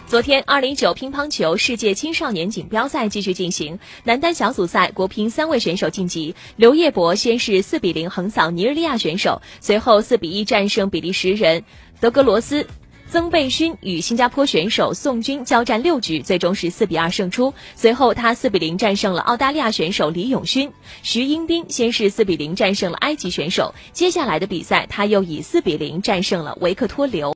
昨天，2019乒乓球世界青少年锦标赛继续进行，男单小组赛国乒3位选手晋级。刘烨博先是4比0横扫尼日利亚选手，随后4比1战胜比利时人德格罗斯。曾贝勋与新加坡选手宋军交战6局，最终是4比2胜出。随后他4比0战胜了澳大利亚选手李永勋。徐英斌先是4比0战胜了埃及选手，接下来的比赛他又以4比0战胜了维克托留。